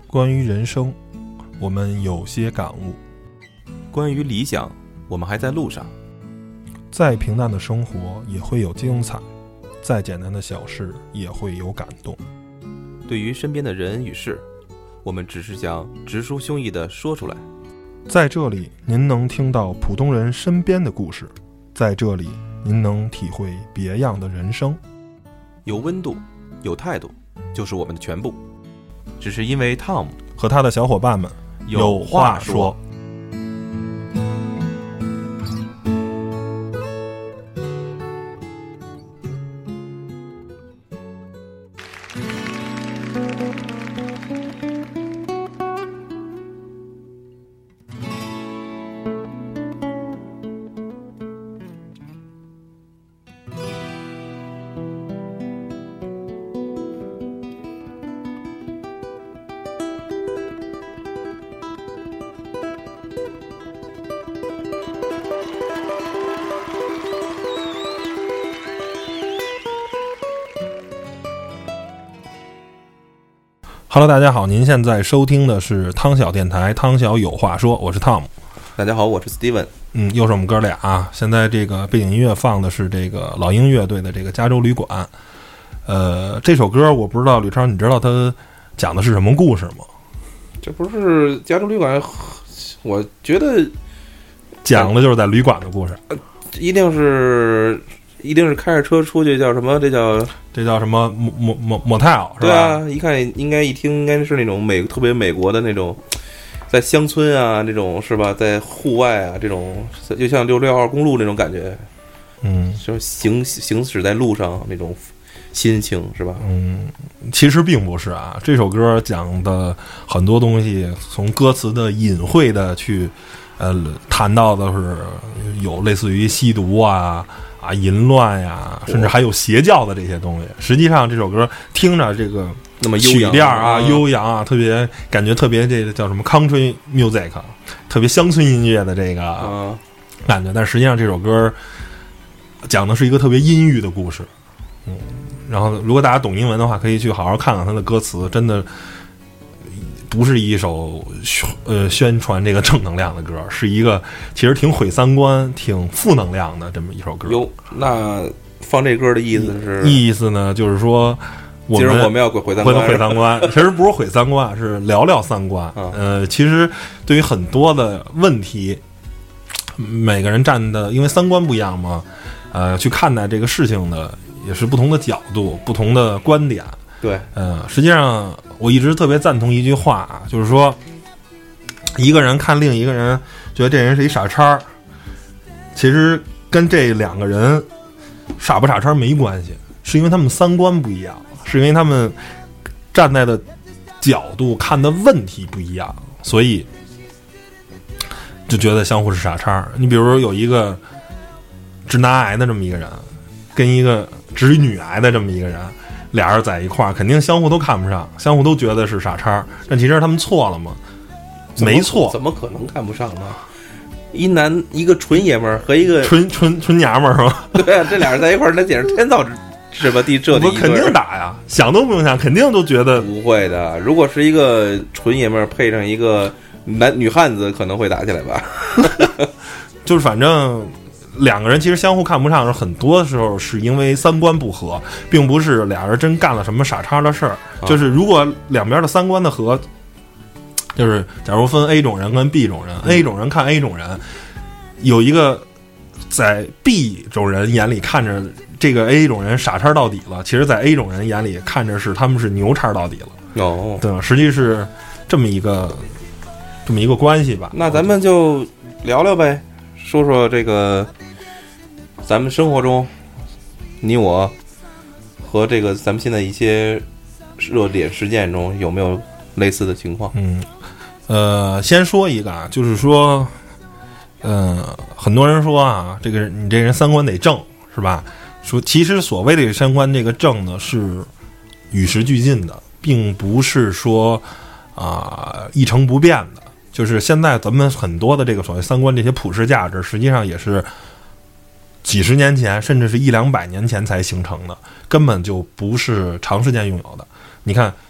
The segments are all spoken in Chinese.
关于人生，我们有些感悟； 关于理想，我们还在路上。 再平淡的生活也会有精彩，再简单的小事也会有感动。 对于身边的人与事，我们只是想直抒胸臆地说出来。 在这里，您能听到普通人身边的故事；在这里，您能体会别样的人生。 有温度，有态度，就是我们的全部。只是因为 Tom 和他的小伙伴们有话说。Hello， 大家好，您现在收听的是汤小电台，汤小有话说，我是 Tom。 大家好，我是 Steven。 又是我们哥俩啊！现在这个背景音乐放的是这个老鹰乐队的这个加州旅馆。这首歌我不知道吕超，你知道它讲的是什么故事吗？ 这不是加州旅馆，我觉得讲的就是在旅馆的故事。 一定是开着车出去，叫什么？这叫什么？motel 是吧？对啊，一看一听应该是那种特别美国的那种，在乡村啊那种是吧？在户外啊这种，就像662号公路那种感觉，就是行驶在路上那种心情是吧？ 其实并不是啊。这首歌讲的很多东西，从歌词的隐晦的去谈到的是有类似于吸毒啊、淫乱呀，甚至还有邪教的这些东西。实际上这首歌听着这个那么曲调啊、悠扬啊，感觉特别这个叫什么 country music， 特别乡村音乐的这个感觉。但实际上这首歌讲的是一个特别阴郁的故事。然后如果大家懂英文的话，可以去好好看看它的歌词，真的不是一首宣传这个正能量的歌，是一个其实挺毁三观、挺负能量的这么一首歌。 那放这歌的意思呢，就是说今儿我们要毁三观，其实不是毁三观，是聊聊三观。其实对于很多的问题，每个人站的，因为三观不一样嘛，去看待这个事情的也是不同的角度、不同的观点。 对， 实际上我一直特别赞同一句话啊，就是说，一个人看另一个人，觉得这人是一傻叉，其实跟这两个人傻不傻叉没关系，是因为他们三观不一样，是因为他们站在的角度看的问题不一样，所以就觉得相互是傻叉。你比如说有一个直男癌的这么一个人，跟一个直女癌的这么一个人，俩人在一块儿，肯定相互都看不上，相互都觉得是傻叉，但其实他们错了吗？没错， 怎么可能看不上呢？一个纯爷们儿和一个纯娘们儿是吧？ 对啊，这俩人在一块儿，那简直天造是吧？地这我肯定打呀，想都不用想，肯定都觉得不会的。如果是一个纯爷们儿配上一个女汉子，可能会打起来吧？ 就是反正。两个人其实相互看不上，很多时候是因为三观不合，并不是俩人真干了什么傻叉的事儿。就是如果两边的三观的合，就是假如分 A 种人跟 B 种人，A 种人看 A 种人，有一个在 B 种人眼里看着这个 A 种人傻叉到底了，其实在 A 种人眼里看着是他们是牛叉到底了。对吧？实际是这么一个关系吧。 那咱们就聊聊呗，说说这个。咱们生活中，你我和这个咱们现在一些热点事件中有没有类似的情况？ 先说一个啊，就是说，很多人说啊，这个你这人三观得正，是吧？说其实所谓的三观这个正呢，是与时俱进的，并不是说一成不变的。就是现在咱们很多的这个所谓三观这些普世价值，实际上也是几十年前甚至是100-200年前才形成的，根本就不是长时间拥有的。你看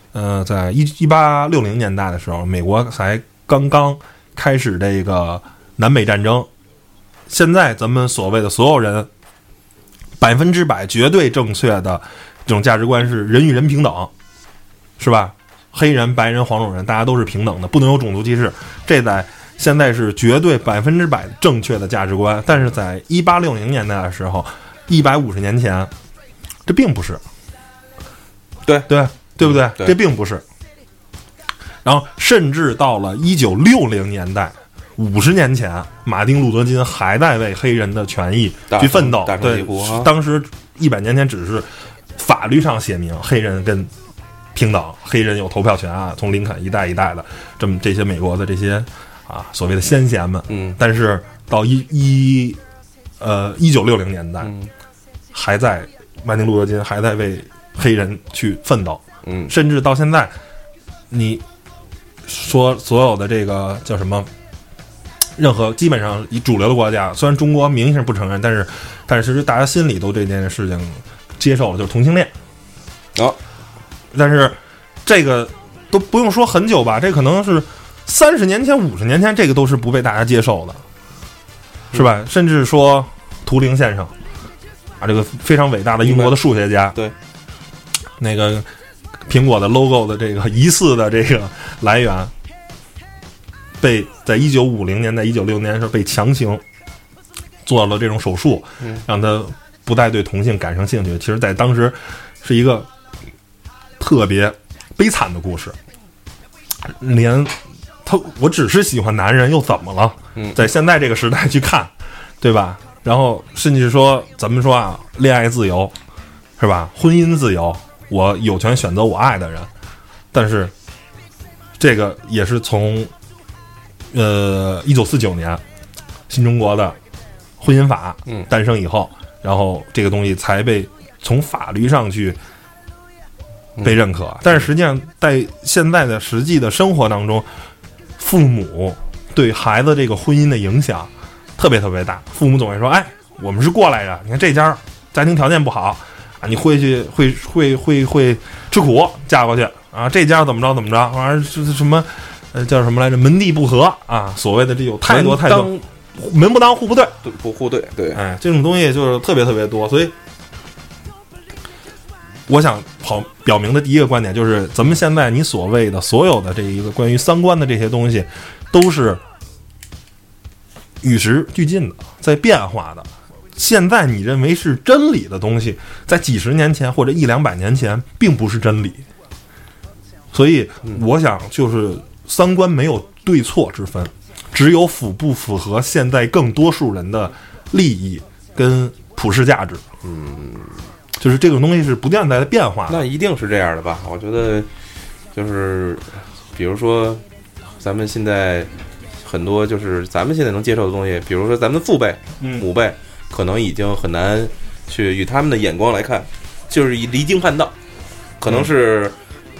在1860年代的时候，美国才刚刚开始这个南北战争。现在咱们所谓的所有人100%绝对正确的这种价值观是人与人平等，是吧？黑人、白人、黄种人，大家都是平等的，不能有种族歧视。这在现在是绝对100%正确的价值观，但是在1860年代的时候，150年前，这并不是。对不对？这并不是。然后甚至到了1960年代，50年前，马丁·路德·金还在为黑人的权益去奋斗。对，当时100年前只是法律上写明黑人跟平等，黑人有投票权啊，从林肯一代一代的这些美国的这些所谓的先贤们。但是到1960年代，还在马丁·路德·金还在为黑人去奋斗。甚至到现在，你说所有的这个叫什么，任何基本上以主流的国家，虽然中国明显不承认，但是其实大家心里都这件事情接受了，就是同性恋。但是这个都不用说很久吧，这可能是30年前、50年前，这个都是不被大家接受的，是吧？甚至说图灵先生这个非常伟大的英国的数学家， 对， 那个苹果的 logo 的这个疑似的这个来源，被在1950年代、1960年的时候被强行做了这种手术，让他不再对同性感生兴趣。其实在当时是一个特别悲惨的故事，连我只是喜欢男人又怎么了？在现在这个时代去看，对吧？然后甚至说咱们说恋爱自由，是吧？婚姻自由，我有权选择我爱的人。但是这个也是从1949年新中国的婚姻法诞生以后，然后这个东西才被从法律上去被认可。但是实际上在现在的实际的生活当中，父母对孩子这个婚姻的影响特别特别大。父母总会说，我们是过来人，你看这家家庭条件不好你会吃苦嫁过去这家怎么着反正是什么叫什么来着，门第不合所谓的这有太多门不当户不对， 不互对，对， 这种东西就是特别特别多。所以我想表明的第一个观点就是，咱们现在你所谓的所有的这一个关于三观的这些东西，都是与时俱进的，在变化的。现在你认为是真理的东西，在几十年前或者100-200年前并不是真理。所以我想就是三观没有对错之分，只有符不符合现在更多数人的利益跟普世价值。就是这种东西是不断在变化的。 那一定是这样的吧？我觉得就是比如说咱们现在很多就是咱们现在能接受的东西，比如说咱们的父辈母辈可能已经很难去以他们的眼光来看，就是以离经叛道，可能是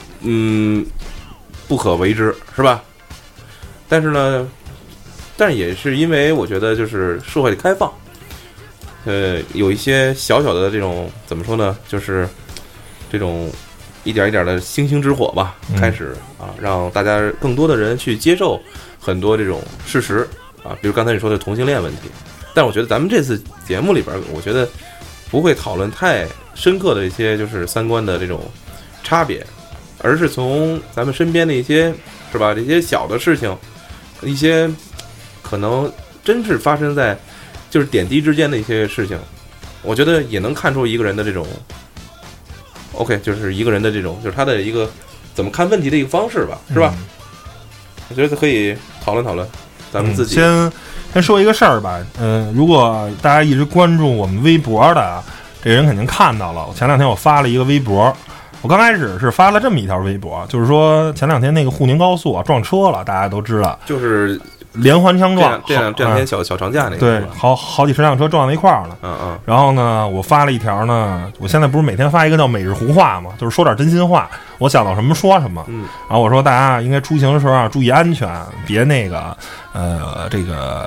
不可为之，是吧？但是也是因为我觉得就是社会的开放，有一些小小的这种怎么说呢，就是这种一点一点的星星之火吧，开始让大家更多的人去接受很多这种事实比如刚才你说的同性恋问题。但我觉得咱们这次节目里边，我觉得不会讨论太深刻的一些就是三观的这种差别，而是从咱们身边的一些是吧，这些小的事情，一些可能真是发生在就是点滴之间的一些事情，我觉得也能看出一个人的这种 OK， 就是一个人的这种就是他的一个怎么看问题的一个方式吧，是吧？我觉得可以讨论讨论咱们自己。 先说一个事儿吧，如果大家一直关注我们微博的这人肯定看到了，前两天我发了一个微博。我刚开始是发了这么一条微博，就是说前两天那个沪宁高速撞车了，大家都知道， 就是连环枪撞， 这两天小长假那个， 对，好几十辆车撞在一块儿了。然后呢，我发了一条呢，我现在不是每天发一个叫每日胡话嘛，就是说点真心话，我想到什么说什么。然后我说大家应该出行的时候注意安全，别那个这个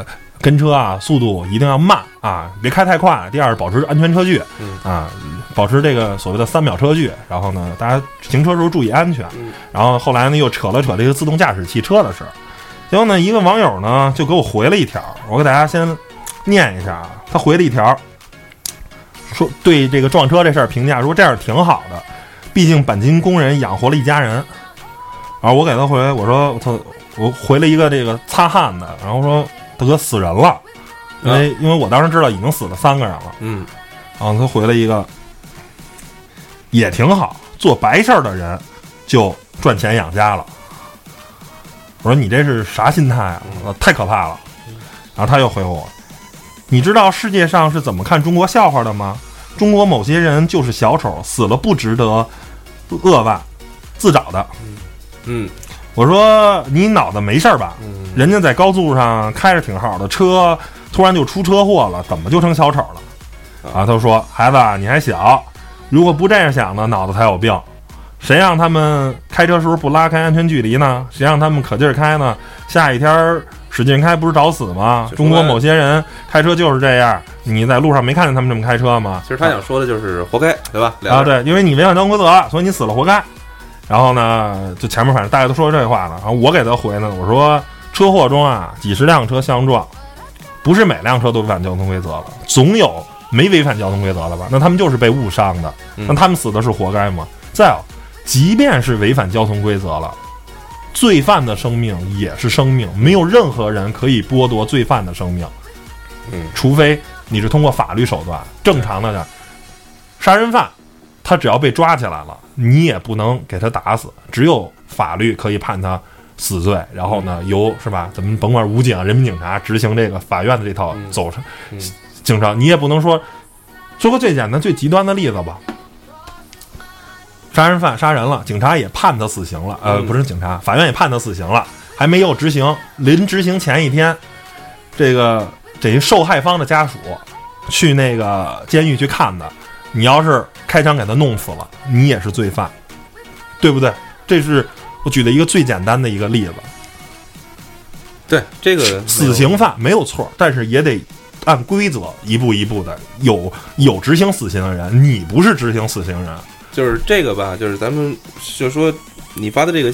跟车啊速度一定要慢啊，别开太快。第二，保持安全车距啊，保持这个所谓的3秒车距。然后呢，大家行车时候注意安全。然后后来呢，又扯了扯这个自动驾驶汽车的事。结果呢，一个网友呢就给我回了一条，我给大家先念一下啊。他回了一条，说对这个撞车这事儿评价说这样挺好的，毕竟钣金工人养活了一家人。然后我给他回，我说我回了一个这个擦汗的，然后说大哥死人了，因为我当时知道已经死了3个人了。然后他回了一个也挺好，做白事儿的人就赚钱养家了。我说你这是啥心态啊？太可怕了。然后他又回我，你知道世界上是怎么看中国笑话的吗？中国某些人就是小丑，死了不值得扼腕，自找的。我说你脑子没事吧？人家在高速上开着挺好的车，突然就出车祸了，怎么就成小丑了？啊，他说孩子你还小，如果不这样想呢，脑子才有病。谁让他们开车时候不拉开安全距离呢？谁让他们可劲儿开呢？下雨天使劲开不是找死吗？中国某些人开车就是这样，你在路上没看见他们这么开车吗？ 其实他想说的就是活该，对吧？ 啊，对，因为你违反交通规则，所以你死了活该。然后呢，就前面反正大家都说这话呢，然后我给他回呢，我说车祸中啊，几十辆车相撞，不是每辆车都违反交通规则了，总有没违反交通规则了吧？那他们就是被误伤的，那他们死的是活该吗？再有，即便是违反交通规则了，罪犯的生命也是生命，没有任何人可以剥夺罪犯的生命，除非你是通过法律手段。正常的杀人犯，他只要被抓起来了，你也不能给他打死，只有法律可以判他死罪，然后呢，由是吧？咱们甭管武警、人民警察执行这个法院的这套走上警察，你也不能说个最简单、最极端的例子吧。杀人犯杀人了，警察也判他死刑了，不是警察，法院也判他死刑了，还没有执行。临执行前一天，这受害方的家属去那个监狱去看的，你要是开枪给他弄死了，你也是罪犯，对不对？这是我举的一个最简单的一个例子。 对，这个死刑犯没有错，但是也得按规则一步一步的有执行死刑的人，你不是执行死刑人。 就是这个吧，就是咱们就说你发的这个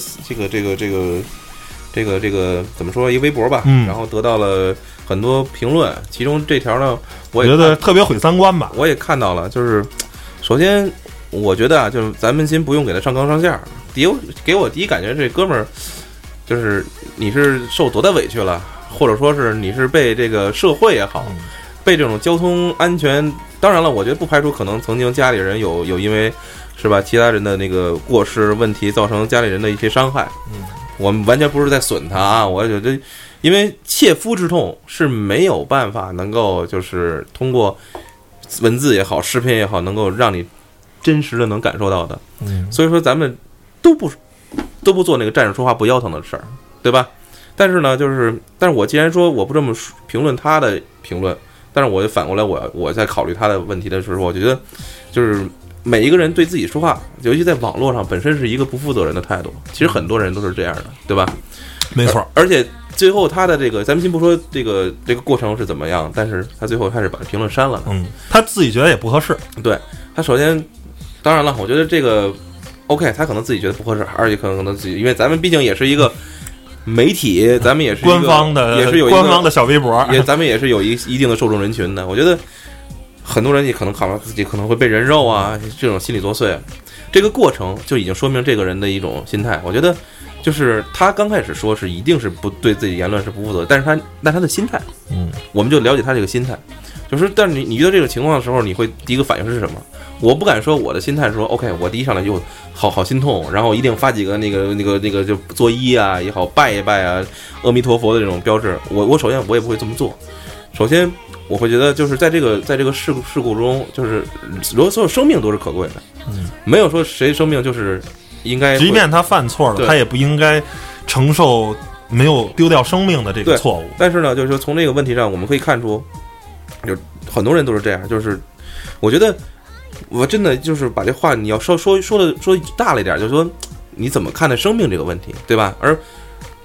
怎么说一微博吧，然后得到了很多评论，其中这条呢，我也觉得特别毁三观吧。 我也看到了，就是首先我觉得啊，就是咱们先不用给他上纲上线，给我第一感觉，这哥们儿就是你是受多大委屈了，或者说是你是被这个社会也好，被这种交通安全，当然了，我觉得不排除可能曾经家里人有因为是吧其他人的那个过失问题造成家里人的一些伤害，我们完全不是在损他啊，我觉得因为切肤之痛是没有办法能够就是通过文字也好视频也好能够让你真实的能感受到的，所以说咱们都不做那个站着说话不腰疼的事儿，对吧？但是我既然说我不这么评论他的评论，但是我就反过来我在考虑他的问题的时候，我觉得就是每一个人对自己说话，尤其在网络上本身是一个不负责任的态度，其实很多人都是这样的，对吧？ 没错。 而且最后他的这个咱们先不说这个过程是怎么样，但是他最后开始把评论删了， 他自己觉得也不合适。 对，他首先当然了，我觉得这个 OK， 他可能自己觉得不合适，而且可能自己，因为咱们毕竟也是一个媒体，咱们也是官方的， 也是有官方的小微博， 咱们也是有一定的受众人群的。我觉得很多人也可能考虑自己可能会被人肉啊，这种心理作祟，这个过程就已经说明这个人的一种心态。我觉得就是他刚开始说是一定是不对自己言论是不负责，但是他的心态，我们就了解他这个心态。就是但是你遇到这个情况的时候，你会第一个反应是什么？我不敢说我的心态说 OK， 我第一上来就好心痛，然后一定发几个那个就作揖啊也好，拜一拜啊，阿弥陀佛的这种标志。我首先我也不会这么做。首先我会觉得就是在这个事故中，就是所有生命都是可贵的，没有说谁生命就是应该， 即便他犯错了，他也不应该承受没有丢掉生命的这个错误。 但是呢，就是说从这个问题上，我们可以看出，就很多人都是这样。就是我觉得我真的就是把这话你要说大了一点，就是说你怎么看待生命这个问题，对吧？而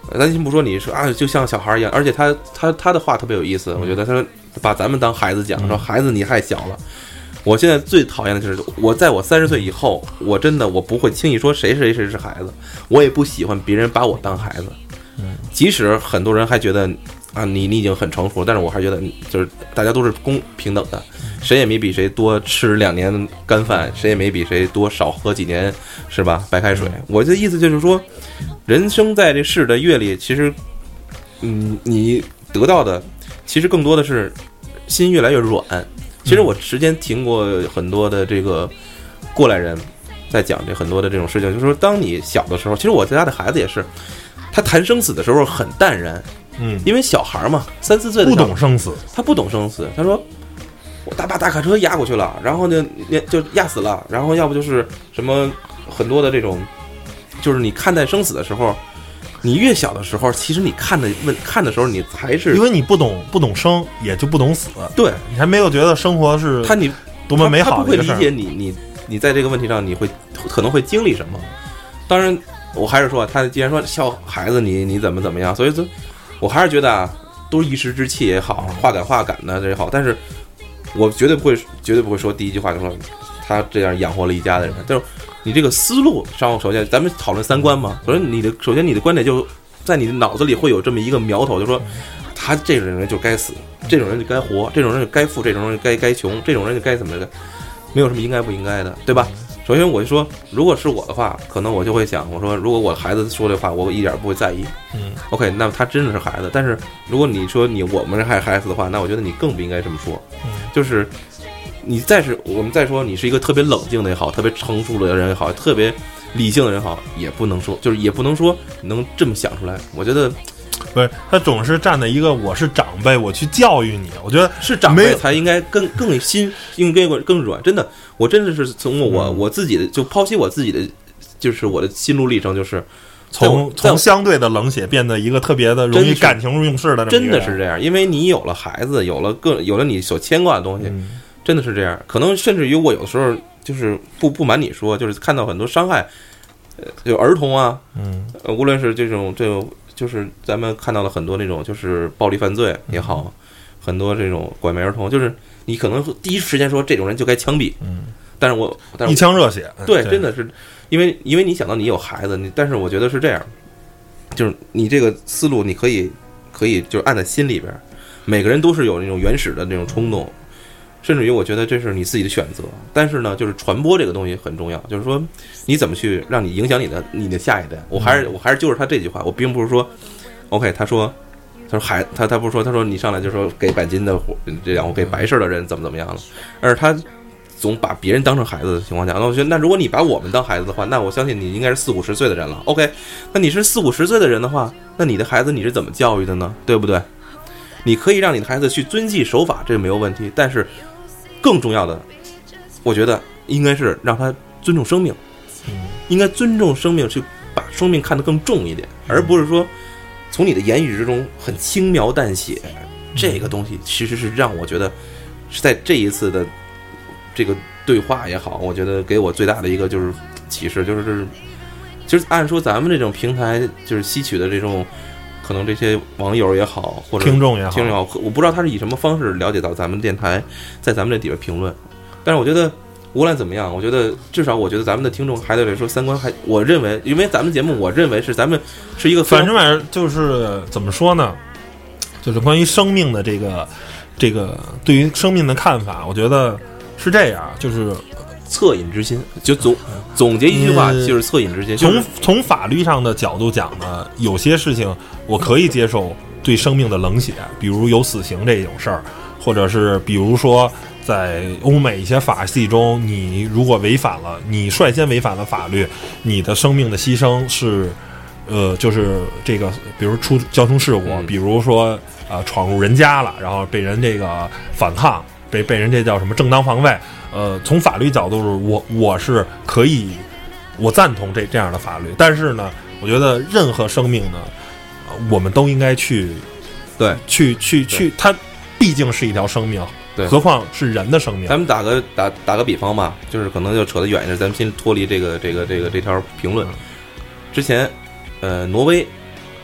咱先不说你说啊，就像小孩一样，而且他的话特别有意思，我觉得他把咱们当孩子讲，说孩子你太小了。我现在最讨厌的就是我在我30岁以后，我真的我不会轻易说谁是孩子，我也不喜欢别人把我当孩子。即使很多人还觉得啊你已经很成熟，但是我还觉得就是大家都是公平等的，谁也没比谁多吃2年干饭，谁也没比谁多少喝几年是吧白开水。我的意思就是说，人生在这世的阅历，其实你得到的其实更多的是心越来越软。其实我之前听过很多的这个过来人在讲这很多的这种事情，就是说当你小的时候，其实我家的孩子也是，他谈生死的时候很淡然，因为小孩嘛，3、4岁的不懂生死， 他不懂生死。他说我把大卡车压过去了，然后呢就压死了，然后要不就是什么很多的这种，就是你看待生死的时候，你越小的时候，其实你看的时候，你才是因为你不懂生，也就不懂死。 对， 你还没有觉得生活是你多么美好的一个事儿。 他不会理解你在这个问题上，你可能会经历什么。当然，我还是说，他既然说小孩子你怎么样，所以说，我还是觉得啊，都是一时之气也好，话赶的这也好，但是我绝对不会说第一句话就说他这样养活了一家的人，就是你这个思路上，首先咱们讨论3观嘛，首先你的观点就在你的脑子里会有这么一个苗头，就说他这种人就该死，这种人就该活，这种人就该富，这种人就该穷，这种人就该怎么的，没有什么应该不应该的，对吧？首先我就说，如果是我的话，可能我就会想，我说如果我孩子说这话，我一点不会在意。OK， 那么他真的是孩子。但是如果你说我们是孩子的话，那我觉得你更不应该这么说。就是我们再说你是一个特别冷静的也好，特别成熟的人也好，特别理性的人也好，也不能说，就是也不能说能这么想出来。我觉得不是，他总是站在一个我是长辈，我去教育你。我觉得是长辈才应该更心，应该更软。真的，我真的是从我自己的就抛弃我自己的，就是我的心路历程，就是从相对的冷血变得一个特别的容易感情用事的， 真的是这样。因为你有了孩子，有了你所牵挂的东西，真的是这样。可能甚至于我有的时候就是不瞒你说，就是看到很多伤害，有儿童啊，无论是这种。就是咱们看到了很多那种就是暴力犯罪也好，很多这种拐卖儿童，就是你可能第一时间说这种人就该枪毙，但是我一腔热血， 对，真的是因为你想到你有孩子，但是我觉得是这样，就是你这个思路你可以就是按在心里边，每个人都是有那种原始的那种冲动，甚至于我觉得这是你自己的选择，但是呢，就是传播这个东西很重要，就是说你怎么去让你影响你的下一代。我还是就是他这句话，我并不是说 ，OK， 他说他不是说他说你上来就说给白金的这样，我给白事的人怎么样了，而他总把别人当成孩子的情况下，那我觉得那如果你把我们当孩子的话，那我相信你应该是40、50岁的人了。OK， 那你是40、50岁的人的话，那你的孩子你是怎么教育的呢？对不对？你可以让你的孩子去遵纪守法，这没有问题，但是更重要的，我觉得应该是让他尊重生命，应该尊重生命，去把生命看得更重一点，而不是说从你的言语之中很轻描淡写。这个东西其实是让我觉得是在这一次的这个对话也好，我觉得给我最大的一个就是启示，就是按说咱们这种平台就是吸取的这种。可能这些网友也好，或者听众也好， 我不知道他是以什么方式了解到咱们电台，在咱们这底下评论。但是我觉得无论怎么样，我觉得至少我觉得咱们的听众还得说3观还，我认为，因为咱们节目，我认为是咱们是一个反正就是怎么说呢，就是关于生命的这个对于生命的看法，我觉得是这样，就是恻隐之心，就总结一句话，就是恻隐之心。 从法律上的角度讲呢，有些事情我可以接受对生命的冷血，比如有死刑这种事儿，或者是比如说在欧美一些法系中，你如果违反了，你率先违反了法律，你的生命的牺牲是就是这个，比如出交通事故，比如说闯入人家了，然后被人这个反抗，被人这叫什么正当防卫。从法律角度，我是可以，我赞同这样的法律。但是呢，我觉得任何生命呢，我们都应该去它毕竟是一条生命， 对， 何况是人的生命。 咱们打个比方吧，就是可能就扯得远一点，咱们先脱离这条评论。之前，挪威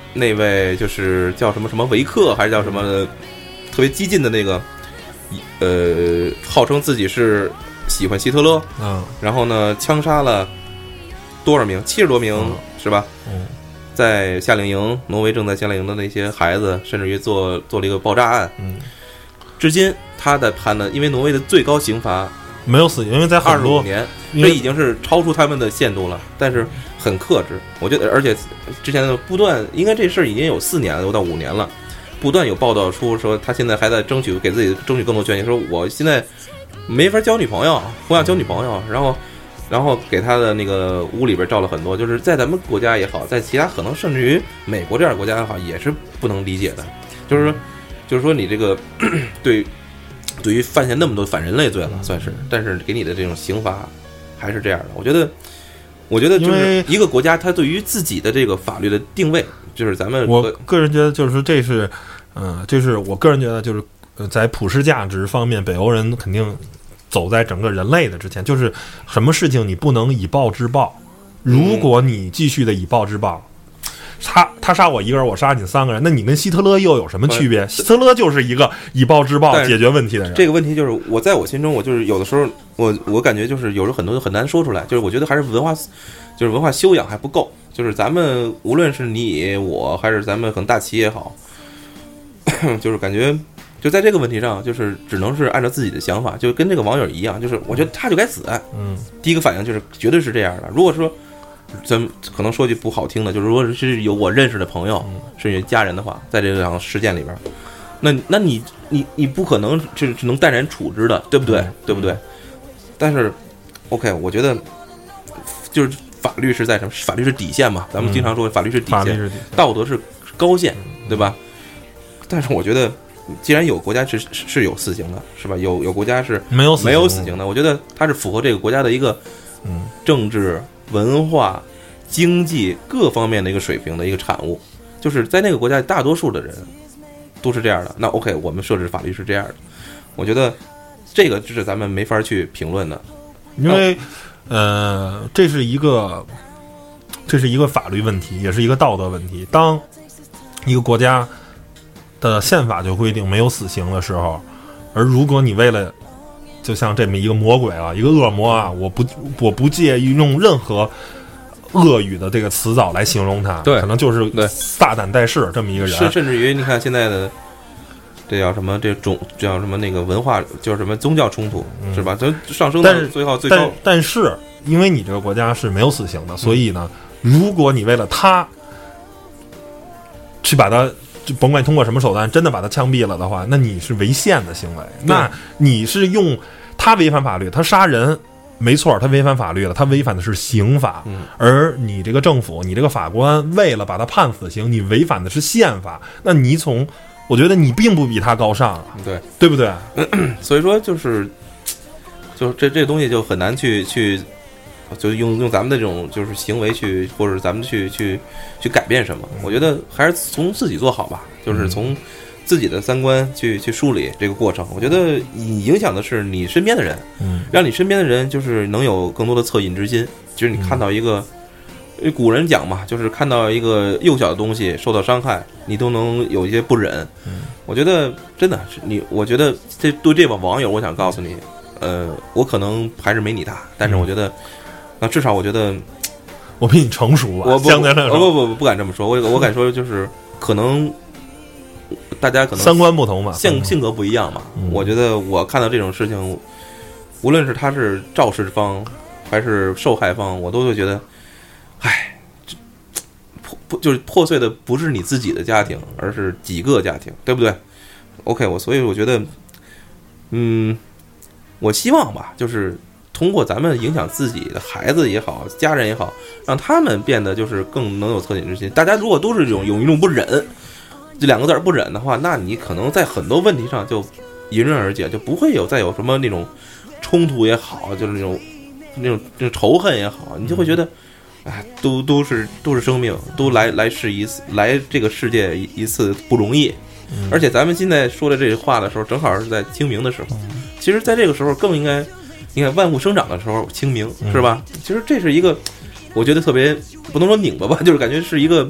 那位就是叫什么什么维克，还是叫什么特别激进的那个，号称自己是喜欢希特勒，然后呢枪杀了多少名，70多名，是吧？在夏令营，挪威正在夏令营的那些孩子，甚至于做了一个爆炸案。至今他的判的，因为挪威的最高刑罚没有死刑，因为在很多 25年，这已经是超出他们的限度了，但是很克制。我觉得，而且之前的不断，应该这事儿已经有4年了，都到5年了，不断有报道出说他现在还在争取给自己争取更多权益，说我现在没法交女朋友，不想交女朋友，然后给他的那个屋里边照了很多，就是在咱们国家也好，在其他可能甚至于美国这样的国家也好，也是不能理解的。就是说你这个对于犯下那么多反人类罪了，算是，但是给你的这种刑罚还是这样的。我觉得就是一个国家，它对于自己的这个法律的定位，就是咱们我个人觉得就是这是，就是我个人觉得就是在普世价值方面，北欧人肯定走在整个人类的之前，就是什么事情你不能以暴制暴，如果你继续的以暴制暴，他杀我一个人，我杀你3个人，那你跟希特勒又有什么区别？希特勒就是一个以暴制暴解决问题的人。 这个问题就是我在我心中，我就是有的时候我感觉就是有时候很多都很难说出来，就是我觉得还是文化修养还不够，就是咱们无论是你我还是咱们很大企业也好，就是感觉就在这个问题上，就是只能是按照自己的想法，就跟这个网友一样，就是我觉得他就该死。第一个反应就是绝对是这样的。如果说咱们可能说句不好听的，就是如果是有我认识的朋友甚至家人的话，在这两个事件里边，那你不可能只能淡然处之的，对不对？对不对？但是 OK， 我觉得就是法律是在什么？法律是底线嘛，咱们经常说法律是底线，道德是高线，对吧？但是我觉得既然有国家是有死刑的，是吧？有国家是没有死刑的，我觉得它是符合这个国家的一个政治、文化、经济各方面的一个水平的一个产物。就是在那个国家大多数的人都是这样的，那 OK， 我们设置法律是这样的，我觉得这个就是咱们没法去评论的， 因为这是一个法律问题，也是一个道德问题。当一个国家的宪法就规定没有死刑的时候，而如果你为了就像这么一个魔鬼啊，一个恶魔啊，我不介意用任何恶语的这个词藻来形容他， 对， 可能就是撒旦带世这么一个人。 甚至于你看现在的这叫什么，这叫什么那个文化叫什么宗教冲突，是吧？它上升到最高。 但是因为你这个国家是没有死刑的，所以呢，如果你为了他去把他，就甭管通过什么手段真的把他枪毙了的话，那你是违宪的行为，那你是用他违反法律，他杀人没错，他违反法律了，他违反的是刑法，而你这个政府，你这个法官为了把他判死刑，你违反的是宪法，那我觉得你并不比他高尚啊，对不对？ 所以说就是这东西就很难去就用咱们的这种就是行为去，或者咱们去改变什么。我觉得还是从自己做好吧，就是从自己的三观去梳理这个过程。我觉得你影响的是你身边的人，让你身边的人就是能有更多的恻隐之心。就是你看到一个，古人讲嘛，就是看到一个幼小的东西受到伤害，你都能有一些不忍。我觉得真的是我觉得对这帮网友，我想告诉你，我可能还是没你大，但是我觉得。那至少我觉得我比你成熟吧，相对来说不敢这么说，我敢说就是可能大家可能三观不同嘛， 性格不一样嘛。我觉得我看到这种事情，无论是他是肇事方还是受害方，我都会觉得，就是破碎的不是你自己的家庭，而是几个家庭，对不对 ？OK， 所以我觉得，我希望吧，就是通过咱们影响自己的孩子也好，家人也好，让他们变得就是更能有恻隐之心。大家如果都是有一种不忍，这两个字不忍的话，那你可能在很多问题上就迎刃而解，就不会再有什么那种冲突也好，就是那种仇恨也好，你就会觉得，都是生命，都来世一次，来这个世界一次不容易。而且咱们现在说的这话的时候，正好是在清明的时候，其实在这个时候更应该。你看万物生长的时候，清明是吧？其实这是一个，我觉得特别不能说拧巴吧，就是感觉是一个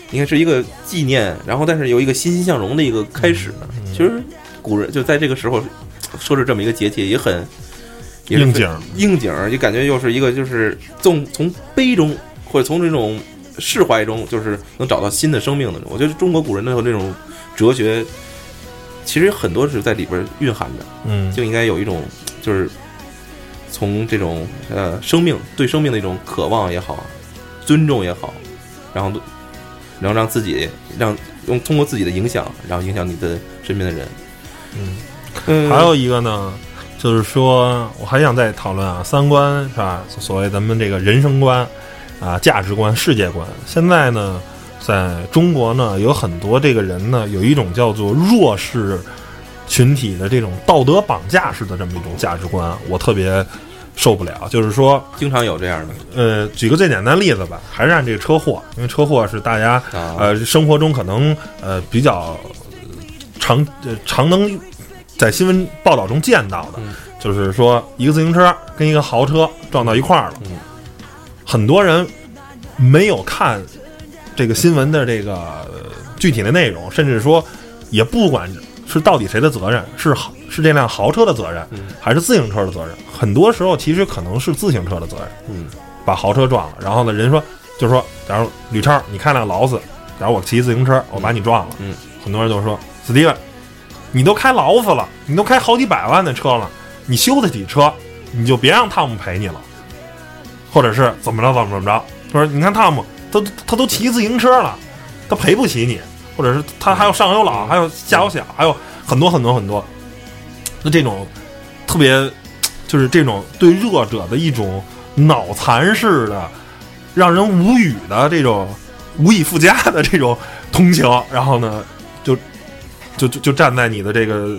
应该是一个纪念，然后但是有一个欣欣向荣的一个开始。其实古人就在这个时候设置这么一个节气，也很应景，就感觉又是一个就是从悲中或者从这种释怀中，就是能找到新的生命的。我觉得中国古人的这种哲学，其实很多是在里边蕴含的。就应该有一种就是从这种生命对生命的一种渴望也好，尊重也好，然后让自己通过自己的影响，然后影响你的身边的人。 还有一个呢，就是说我还想再讨论啊，三观是吧？所谓咱们这个人生观啊、价值观、世界观。现在呢，在中国呢，有很多这个人呢，有一种叫做弱势群体的这种道德绑架式的这么一种价值观，我特别受不了。就是说， 经常有这样的。 举个最简单的例子吧，还是按这个车祸，因为车祸是大家生活中可能比较常能在新闻报道中见到的，就是说一个自行车跟一个豪车撞到一块儿了。很多人没有看这个新闻的这个具体的内容，甚至说也不管是到底谁的责任，是这辆豪车的责任，还是自行车的责任。很多时候其实可能是自行车的责任，把豪车撞了，然后呢，人说就是说，假如吕超你开辆劳斯，假如我骑自行车我把你撞了，很多人就说史蒂文，你都开劳斯了，你都开好几百万的车了，你修得起车，你就别让汤姆赔你了，或者是怎么着，说你看汤姆他都骑自行车了，他赔不起你，或者是他还有上有老，还有下有小，还有很多，那这种特别就是这种对弱者的一种脑残式的让人无语的这种无以复加的这种同情，然后呢就站在你的这个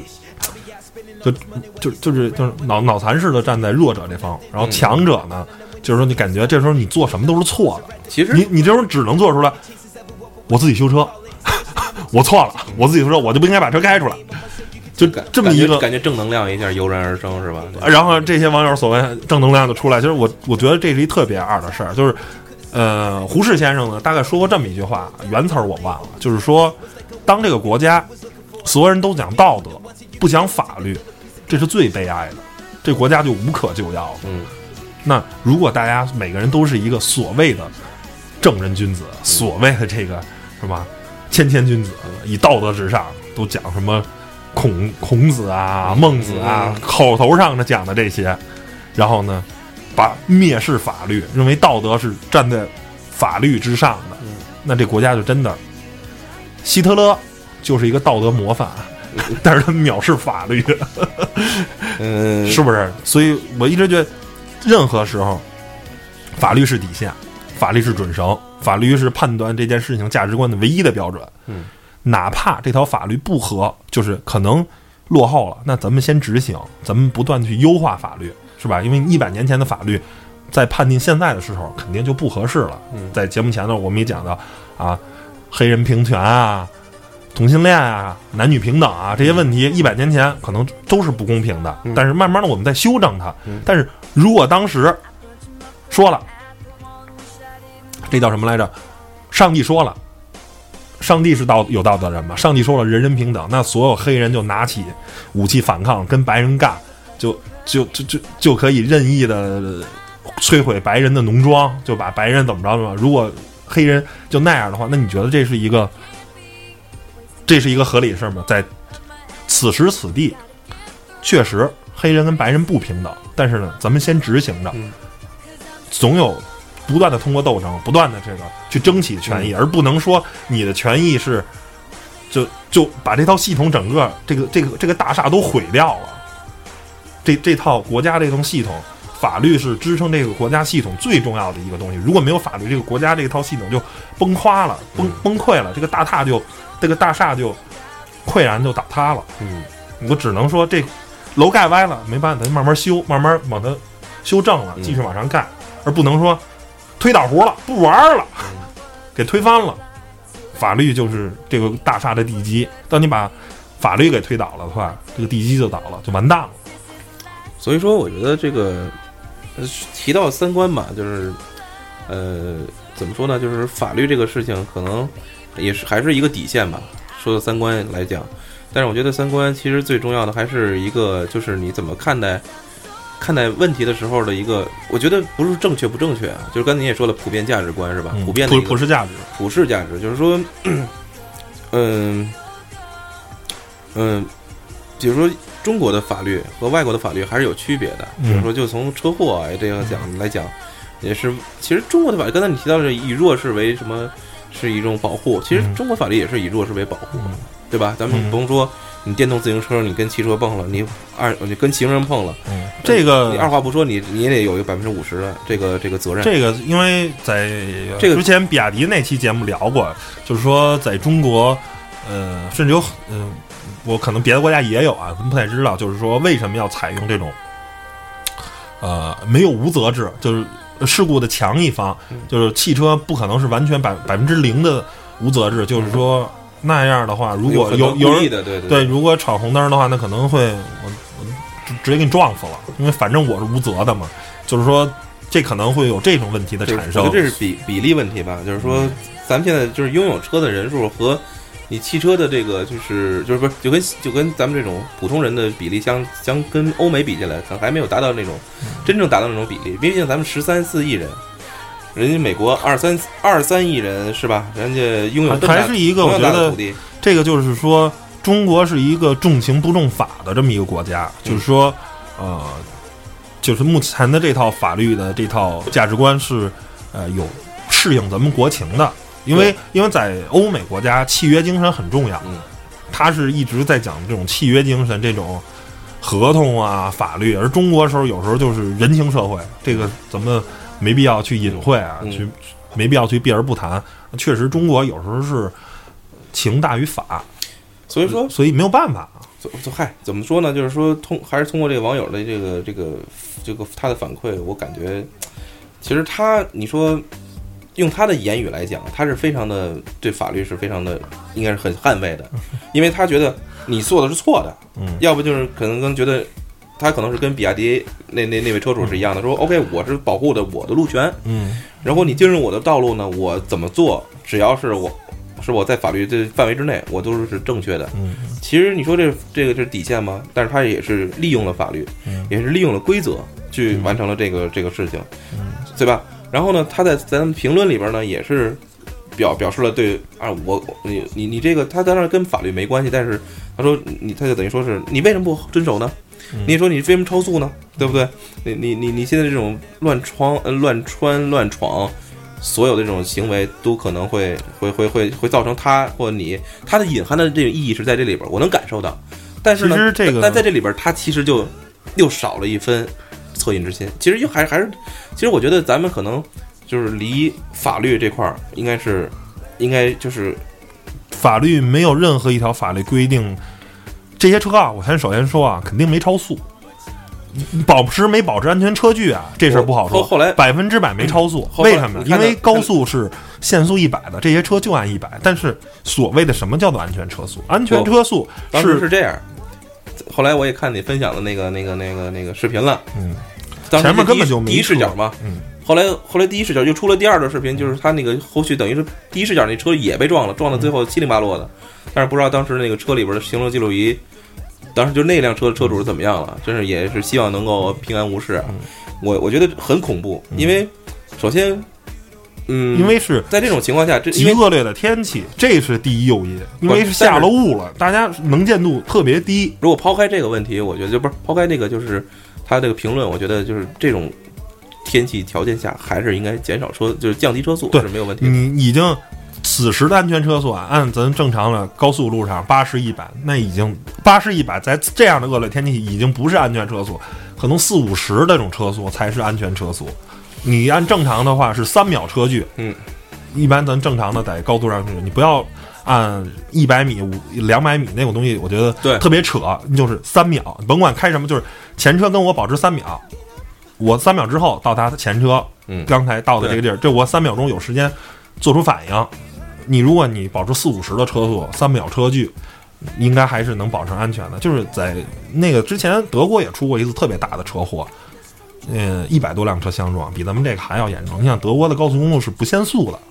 就是脑残式的站在弱者这方，然后强者呢就是说你感觉这时候你做什么都是错的， 其实你这时候只能做出来我自己修车我错了，我自己修车我就不应该把车开出来，就这么一个感觉正能量一下油然而生，是吧？ 然后这些网友所谓正能量就出来。其实我觉得这是一特别二的事儿，就是胡适先生呢大概说过这么一句话，原词儿我忘了，就是说当这个国家所有人都讲道德不讲法律，这是最悲哀的，这国家就无可救药了。那如果大家每个人都是一个所谓的正人君子，所谓的这个是吧谦君子，以道德至上，都讲什么孔子啊、孟子啊，口头上的讲的这些，然后呢，把蔑视法律，认为道德是站在法律之上的，那这国家就真的，希特勒就是一个道德模范，但是他藐视法律，是不是？所以我一直觉得，任何时候，法律是底线，法律是准绳，法律是判断这件事情价值观的唯一的标准。哪怕这条法律不合，就是可能落后了，那咱们先执行，咱们不断去优化法律，是吧？因为100年前的法律，在判定现在的时候，肯定就不合适了。在节目前呢，我们也讲到啊，黑人平权啊，同性恋啊，男女平等啊，这些问题100年前可能都是不公平的，但是慢慢的我们在修正它。但是如果当时说了，这叫什么来着？上帝说了。上帝是有道德人嘛？上帝说了人人平等，那所有黑人就拿起武器反抗，跟白人干，就可以任意的摧毁白人的农庄，就把白人怎么着嘛？如果黑人就那样的话，那你觉得这是一个合理的事吗？在此时此地，确实黑人跟白人不平等，但是呢，咱们先执行着，总有。不断的通过斗争，不断的这个去争取权益，而不能说你的权益是就把这套系统整个这个大厦都毁掉了。这套国家这套系统，法律是支撑这个国家系统最重要的一个东西。如果没有法律，这个国家这套系统就崩垮了，崩溃了，这个大厦就溃然就倒塌了。我只能说这楼盖歪了，没办法，咱慢慢修，慢慢往它修正了，继续往上盖，而不能说。推倒壶了，不玩了，给推翻了。法律就是这个大厦的地基，当你把法律给推倒了的话，这个地基就倒了，就完蛋了。 所以说，我觉得这个提到三观吧，就是怎么说呢？就是法律这个事情，可能也是还是一个底线吧。说到三观来讲，但是我觉得三观其实最重要的还是一个，就是你怎么看待问题的时候的一个，我觉得不是正确不正确啊，就是刚才你也说了，普遍价值观是吧？普遍的普世价值， 就是说，比如说中国的法律和外国的法律还是有区别的。比如说，就从车祸这样来讲，也是，其实中国的法律，刚才你提到的以弱势为什么是一种保护，其实中国法律也是以弱势为保护，对吧？咱们不用说。你电动自行车，你跟汽车碰了，你跟行人碰了， 这个你二话不说，你也得有一个50%的这个责任。 这个因为在之前比亚迪那期节目聊过，就是说在中国，甚至有我可能别的国家也有啊，咱们不太知道，就是说为什么要采用这种没有无责制，就是事故的强一方，就是汽车不可能是完全0%的无责制，就是说。那样的话，如果有人对，如果闯红灯的话，那可能会我直接给你撞死了，因为反正我是无责的嘛。就是说，这可能会有这种问题的产生。 这是比例问题吧？就是说，咱们现在就是拥有车的人数和你汽车的这个就是不是就跟咱们这种普通人的比例相跟欧美比起来，可能还没有达到那种真正达到那种比例。毕竟咱们13、14亿人。人家美国23亿人是吧？人家拥有还是一个，我觉得这个就是说，中国是一个重情不重法的这么一个国家，就是说，就是目前的这套法律的这套价值观是有适应咱们国情的，因为在欧美国家，契约精神很重要，他是一直在讲这种契约精神，这种合同啊法律，而中国时候有时候就是人情社会，这个怎么？没必要去隐晦啊，没必要去避而不谈。确实，中国有时候是情大于法，所以没有办法。 怎么说呢？就是说还是通过这个网友的这个他的反馈，我感觉其实你说用他的言语来讲，他是非常的对法律是非常的应该是很捍卫的，因为他觉得你做的是错的，要不就是可能觉得。他可能是跟比亚迪那位车主是一样的，说 OK， 我是保护的我的路权，然后你进入我的道路呢，我怎么做，只要是我在法律的范围之内，我都是正确的。其实你说这个是底线吗？但是他也是利用了法律，也是利用了规则去完成了这个事情，对吧？然后呢，他在咱们评论里边呢，也是表示了对啊，你这个他当然跟法律没关系，但是他说他就等于说是你为什么不遵守呢？你说你为什么超速呢？对不对？你现在这种乱穿闯，所有的这种行为都可能会造成他或他的隐含的这个意义是在这里边，我能感受到。但是呢，但在这里边，他其实就又少了一分恻隐之心。其实还是，其实我觉得咱们可能就是离法律这块应该就是法律没有任何一条法律规定。这些车啊，我首先说啊，肯定没超速，没保持安全车距啊，这事儿不好说。 后来 100%没超速，为什么？因为高速是限速100的，这些车就按100。但是所谓的什么叫做安全车速？安全车速是这样。后来我也看你分享的那个视频了， 前面根本就没第一视角嘛，后来第一视角又出了第二段视频，就是他那个后续等于是第一视角那车也被撞到最后七零八落的，但是不知道当时那个车里边的行车记录仪，当时就那辆车的车主是怎么样了，真是也是希望能够平安无事。我觉得很恐怖，因为首先， 因为是在这种情况下， 极恶劣的天气，这是第一诱因，因为是下了雾了，大家能见度特别低。 如果抛开这个问题，我觉得就不是抛开这个，就是他这个评论，我觉得就是这种天气条件下，还是应该减少就是降低车速是没有问题的。 你已经此时的安全车速啊，按咱正常的高速路上80、100，那已经80、100，在这样的恶劣天气已经不是安全车速，可能40、50这种车速才是安全车速。你按正常的话是3秒车距，一般咱正常的在高速上去，你不要按100米、200米那种东西，我觉得特别扯，就是3秒，甭管开什么，就是前车跟我保持3秒。我3秒之后到达前车，刚才到的这个地儿，这我3秒钟有时间做出反应。如果你保持40、50的车速，3秒车距，应该还是能保证安全的。就是在那个之前，德国也出过一次特别大的车祸，100多辆车相撞，比咱们这个还要严重。你想德国的高速公路是不限速的，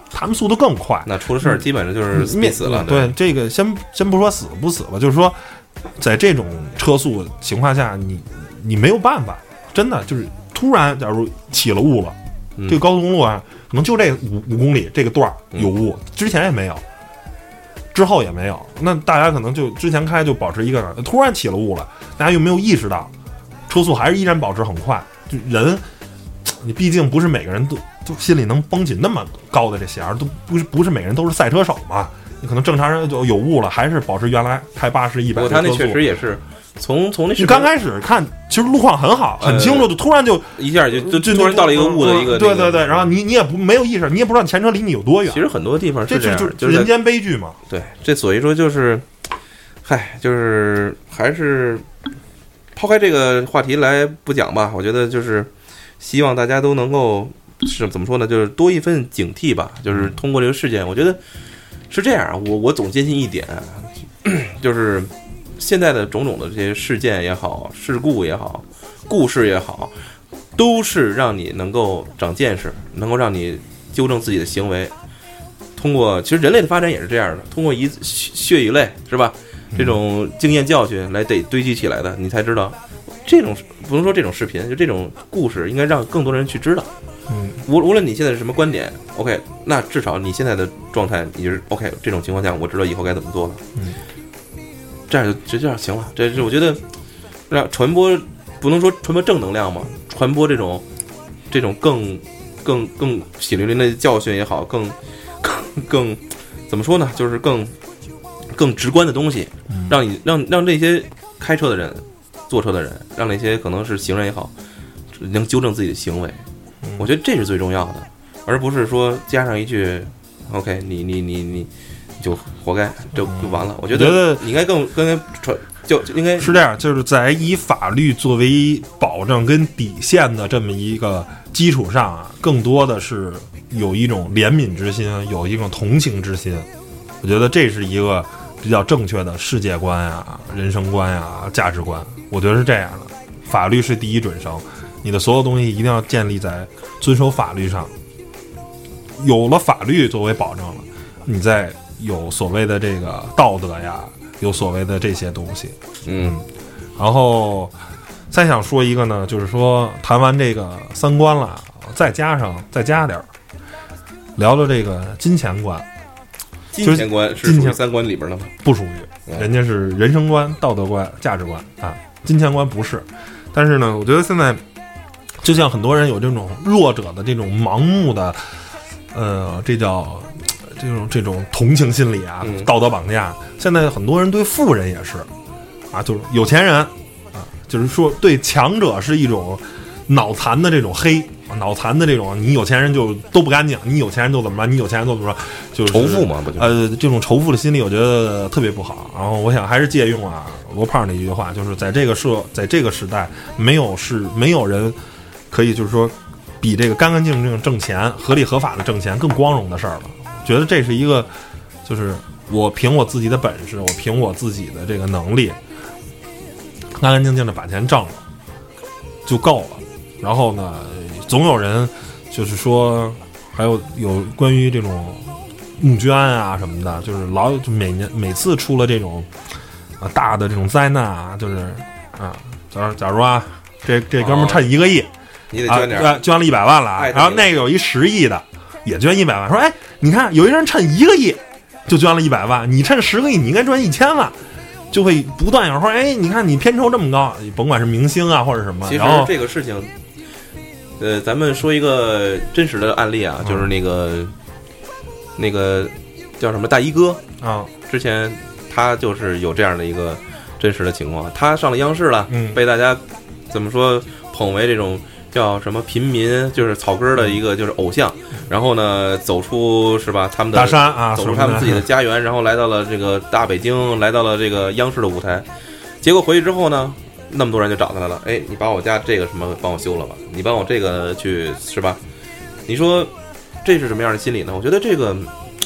他们速度更快。 那出了事儿基本上就是死了。 对，这个先不说死不死吧，就是说在这种车速情况下，你没有办法，真的就是突然假如起了雾了，这个高速公路啊，可能就这5公里这个段有雾，之前也没有，之后也没有，那大家可能就之前开就保持一个，突然起了雾了，大家又没有意识到，车速还是依然保持很快。就人，你毕竟不是每个人都心里能绷紧那么高的这弦，都不是每个人都是赛车手嘛。你可能正常人就有雾了，还是保持原来开80、100的车速。 他那确实也是从那你刚开始看，其实路况很好，很清楚，就突然就一下就突然到了一个雾的一个， 对，然后你也没有意识，你也不知道前车离你有多远。 其实很多地方是这样， 就是人间悲剧嘛。 对，这所以说就是，就是还是抛开这个话题来不讲吧。我觉得就是希望大家都能够是怎么说呢？就是多一份警惕吧。就是通过这个事件，我觉得是这样。我总坚信一点，就是现在的种种的这些事件也好，事故也好，故事也好，都是让你能够长见识，能够让你纠正自己的行为。通过其实人类的发展也是这样的，通过血与泪是吧？这种经验教训来堆积起来的，你才知道这种不能说这种视频，就这种故事应该让更多人去知道。无论你现在是什么观点 ，OK， 那至少你现在的状态，你就是 OK。这种情况下，我知道以后该怎么做了。这样行了。这是我觉得让传播，不能说传播正能量嘛，传播这种更血淋淋的教训也好，更怎么说呢？就是更直观的东西，让这些开车的人、坐车的人，让那些可能是行人也好，能纠正自己的行为。我觉得这是最重要的，而不是说加上一句 OK， 你就活该，就完了。我觉得你应该更就应该是这样，就是在以法律作为保证跟底线的这么一个基础上啊，更多的是有一种怜悯之心，有一种同情之心。我觉得这是一个比较正确的世界观呀、人生观呀、价值观。我觉得是这样的，法律是第一准绳，你的所有东西一定要建立在遵守法律上。有了法律作为保证了，你再有所谓的这个道德呀，有所谓的这些东西。然后再想说一个呢，就是说谈完这个三观了，再加点聊聊这个金钱观。 金钱观是属于三观里边的吗？ 不属于，人家是人生观、道德观、价值观啊。金钱观不是。但是呢，我觉得现在就像很多人有这种弱者的这种盲目的这叫这种同情心理啊，道德绑架。现在很多人对富人也是啊，就是有钱人啊，就是说对强者是一种脑残的这种黑，脑残的这种，你有钱人就都不干净，你有钱人就怎么办，你有钱人就怎么说，就是仇富嘛，不就这种仇富的心理，我觉得特别不好。然后我想还是借用啊罗胖的一句话，就是在这个时代，没有人可以就是说比这个干干净净挣钱、合理合法的挣钱更光荣的事儿了。觉得这是一个，就是我凭我自己的本事，我凭我自己的这个能力，干干净净的把钱挣了就够了。然后呢，总有人就是说，还有关于这种募捐啊什么的，就是就每次出了这种大的这种灾难啊，就是啊，假如啊，这哥们儿趁1个亿， 你得捐点捐了100万了啊，然后那个有一10亿的也捐100万，说哎，你看有一人趁1个亿就捐了100万，你趁10个亿你应该赚1000万。就会不断有说，哎，你看你片酬这么高，甭管是明星啊或者什么。 其实这个事情，咱们说一个真实的案例啊，就是那个叫什么大衣哥啊， 之前他就是有这样的一个真实的情况，他上了央视了，被大家怎么说捧为这种叫什么平民，就是草根的一个就是偶像。然后呢，走出是吧他们的大山啊， 走出他们自己的家园，然后来到了这个大北京，来到了这个央视的舞台。结果回去之后呢，那么多人就找他来了，哎，你把我家这个什么帮我修了吧，你帮我这个去是吧？你说这是什么样的心理呢？我觉得这个，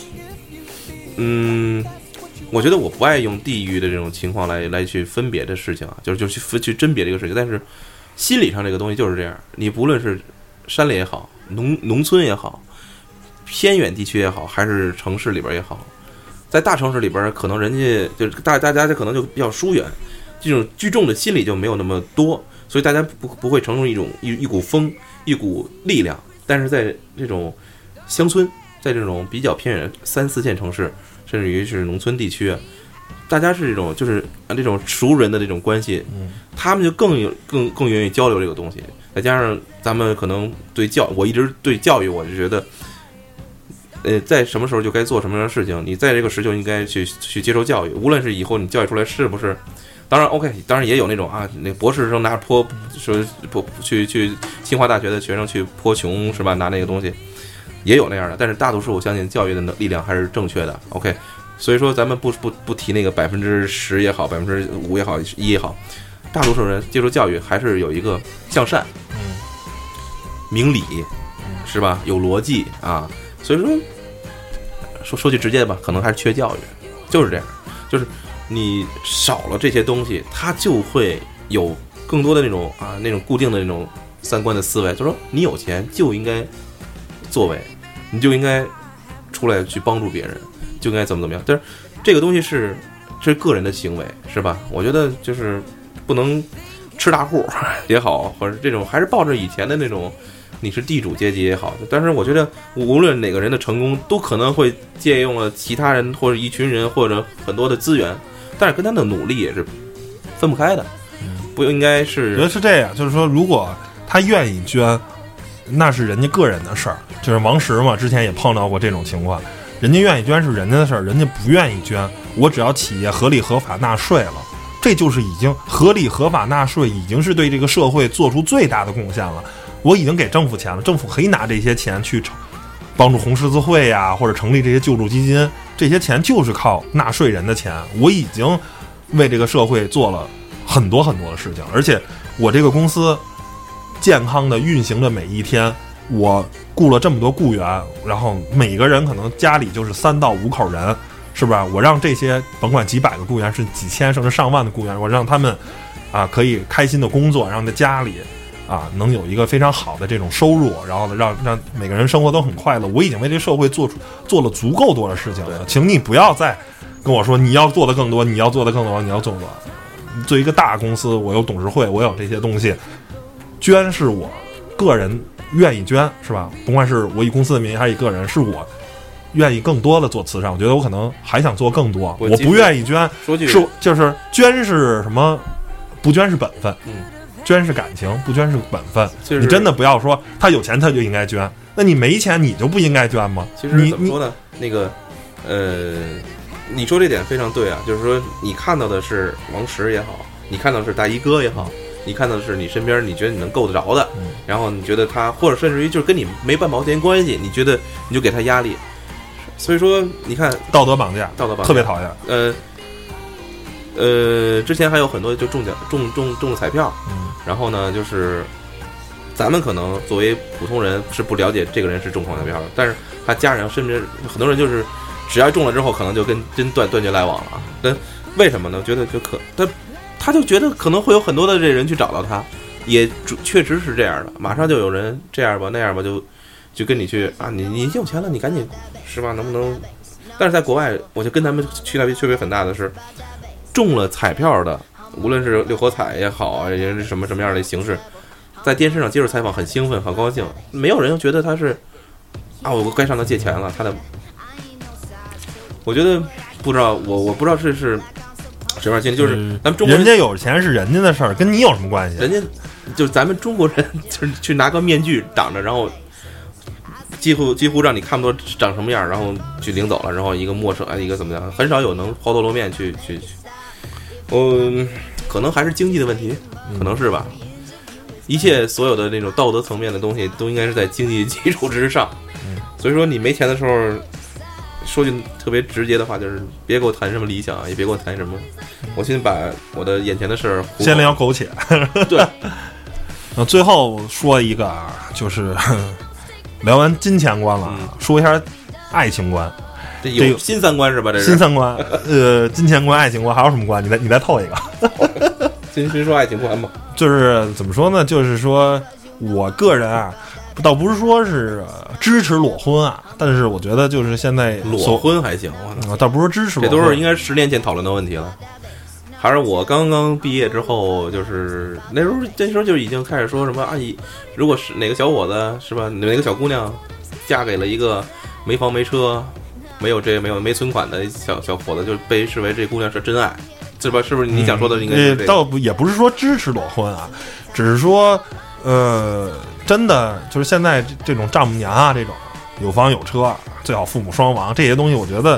我觉得我不爱用地域的这种情况来去分别的事情啊，就是去甄别这个事情。但是心理上这个东西就是这样，你不论是山里也好，农村也好。 偏远地区也好，还是城市里边也好，在大城市里边，可能人家就是大家可能就比较疏远，这种聚众的心理就没有那么多，所以大家不会成为一股风，一股力量。但是在这种乡村，在这种比较偏远3、4线城市，甚至于是农村地区，大家是这种就是这种熟人的这种关系，他们就更愿意交流这个东西。再加上咱们可能我一直对教育，我就觉得，在什么时候就该做什么样的事情，你在这个时就应该去接受教育，无论是以后你教育出来是不是。当然 ，OK， 当然也有那种那博士生拿着去清华大学的学生去泼穷是吧？拿那个东西，也有那样的。但是大多数我相信教育的力量还是正确的。OK， 所以说咱们不提那个10%也好，5%也好，1%也好，大多数人接受教育还是有一个向善，明理，是吧？有逻辑啊。所以说句直接的吧，可能还是缺教育，就是这样，就是。你少了这些东西，他就会有更多的那种固定的那种三观的思维，就说你有钱就应该作为，你就应该出来去帮助别人，就应该怎么样。但是这个东西是个人的行为，是吧？我觉得就是不能吃大户也好，或者这种还是抱着以前的那种你是地主阶级也好。但是我觉得无论哪个人的成功，都可能会借用了其他人或者一群人或者很多的资源。但是跟他的努力也是分不开的，不应该是。 觉得是这样，就是说，如果他愿意捐，那是人家个人的事儿。就是王石嘛，之前也碰到过这种情况，人家愿意捐是人家的事儿，人家不愿意捐，我只要企业合理合法纳税了，这就是已经合理合法纳税，已经是对这个社会做出最大的贡献了。我已经给政府钱了，政府可以拿这些钱去帮助红十字会呀，或者成立这些救助基金，这些钱就是靠纳税人的钱。我已经为这个社会做了很多很多的事情，而且我这个公司健康的运行的每一天，我雇了这么多雇员，然后每个人可能家里就是3到5口人，是吧？我让这些甭管几百个雇员，是几千甚至上万的雇员，我让他们可以开心的工作，让在家里能有一个非常好的这种收入，然后让每个人生活都很快乐。我已经为这社会做了足够多的事情了，请你不要再跟我说你要做的更多，你要做的更多，你要做的。作为一个大公司，我有董事会，我有这些东西，捐是我个人愿意捐，是吧？甭管是我以公司的名义还是以个人，是我愿意更多的做慈善。我觉得我可能还想做更多，我不愿意捐。就是捐是什么？不捐是本分。捐是感情，不捐是本分。你真的不要说他有钱他就应该捐，那你没钱你就不应该捐吗？ 其实怎么说呢？那个你说这点非常对啊，就是说你看到的是王石也好，你看到的是大衣哥也好，你看到的是你身边你觉得你能够得着的，然后你觉得他或者甚至于就是跟你没半毛钱关系，你觉得你就给他压力。所以说你看道德绑架特别讨厌。 之前还有很多就中了彩票，然后呢，就是咱们可能作为普通人是不了解这个人是中彩票的，但是他家人甚至很多人就是只要中了之后，可能就跟真断绝来往了。但为什么呢？觉得他就觉得可能会有很多的这人去找到他，也确实是这样的。马上就有人这样吧那样吧，就跟你去你有钱了，你赶紧是吧？能不能？但是在国外，我就跟咱们区别很大的是。中了彩票的，无论是六合彩也好也是什么样的形式，在电视上接受采访很兴奋很高兴，没有人觉得他是我该上他借钱了。我觉得不知道，我不知道这是什么样经历，就是咱们中国人家有钱是人家的事儿，跟你有什么关系？ 人家就是咱们中国人，就是去拿个面具挡着，然后几乎让你看不到长什么样，然后去领走了，然后一个陌生一个怎么样，很少有能抛头露面去。可能还是经济的问题，可能是吧。一切所有的那种道德层面的东西，都应该是在经济基础之上。所以说，你没钱的时候，说句特别直接的话，就是别给我谈什么理想，也别给我谈什么。我先把我的眼前的事儿先聊苟且。 对。 最后说一个就是聊完金钱观了，说一下爱情观。 这有新三观是吧？这是新三观，金钱观、爱情观，还有什么观？你再透一个。 先说爱情观吧。 就是怎么说呢？就是说我个人倒不是说是支持裸婚啊，但是我觉得就是现在裸婚还行， 倒不是说支持裸婚， 这都是应该10年前讨论的问题了。还是我刚刚毕业之后，就是那时候就已经开始说什么阿姨，如果是哪个小伙子是吧，哪个小姑娘嫁给了一个没房没车、没存款的小伙子，就被视为这姑娘是真爱，是吧？是不是你想说的应该是这个？ 倒也不是说支持裸婚啊，只是说真的就是现在这种丈母娘啊，这种有房有车，最好父母双亡这些东西，我觉得。